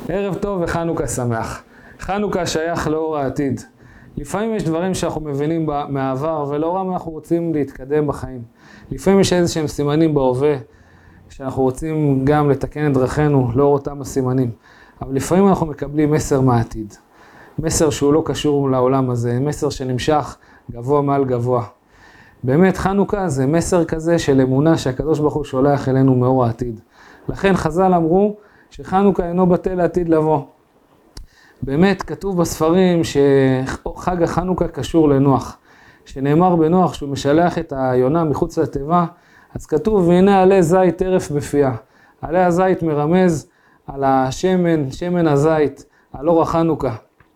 ערב טוב וחנוכה שמח. חנוכה שייך לאור העתיד. לפעמים יש דברים שאנחנו מבינים מהעבר ולאורם אנחנו רוצים להתקדם בחיים. לפעמים יש איזשהם סימנים בהווה שאנחנו רוצים גם לתקן את דרכינו לאור אותם הסימנים. אבל לפעמים אנחנו מקבלים מסר מהעתיד. מסר שהוא לא קשור לעולם הזה, מסר שנמשך גבוה מעל גבוה. באמת חנוכה זה מסר כזה של אמונה שהקדוש ברוך הוא שולח אלינו מאור העתיד. לכן חז"ל אמרו שחנוכה אינו בטל לעתיד לבוא. באמת כתוב בספרים שחג החנוכה קשור לנוח. שנאמר בנוח שהוא משלח את היונה מחוץ לתיבה, אז כתוב והנה עלי זית טרף בפיה. עלי הזית מרמז על השמן, שמן הזית, על אור החנוכה.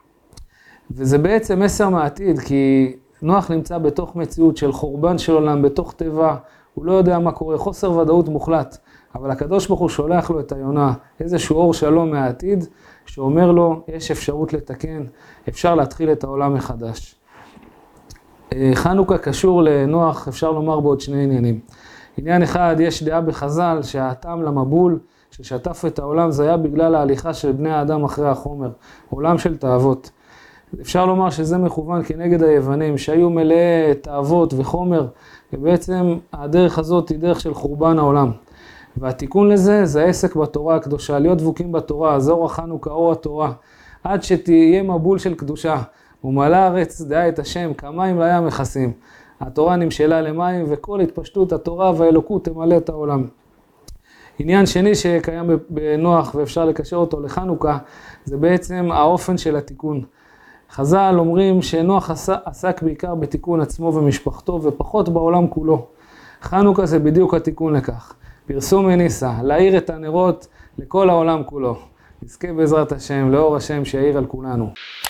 וזה בעצם מסר מהעתיד, כי נוח נמצא בתוך מציאות של חורבן של עולם, בתוך תיבה, הוא לא יודע מה קורה, חוסר ודאות מוחלט. אבל הקדוש ברוך הוא שולח לו את היונה, איזשהו אור שלום מהעתיד, שאומר לו, יש אפשרות לתקן, אפשר להתחיל את העולם מחדש. חנוכה קשור לנוח, אפשר לומר בעוד שני עניינים. עניין אחד, יש דעה בחז"ל שהטעם למבול ששטף את העולם, זה היה בגלל ההליכה של בני האדם אחרי החומר, עולם של תאוות. אפשר לומר שזה מכוון כנגד היוונים, שהיו מלאי תאוות וחומר, ובעצם הדרך הזאת היא דרך של חורבן העולם. והתיקון לזה זה העסק בתורה הקדושה, להיות דבוקים בתורה, זה אור החנוכה, אור התורה, עד שתהיה מבול של קדושה, ומלא הארץ דעה את השם, כמים לים מכסים. התורה נמשלה למים, וכל התפשטות התורה והאלוקות תמלא את העולם. עניין שני שקיים בנוח ואפשר לקשר אותו לחנוכה, זה בעצם האופן של התיקון. חז"ל אומרים שנוח עסק בעיקר בתיקון עצמו ומשפחתו, ופחות בעולם כולו. חנוכה זה בדיוק התיקון לכך. פרסום מניסה, להאיר את הנרות לכל העולם כולו. נזכה בעזרת השם, לאור השם שיאיר על כולנו.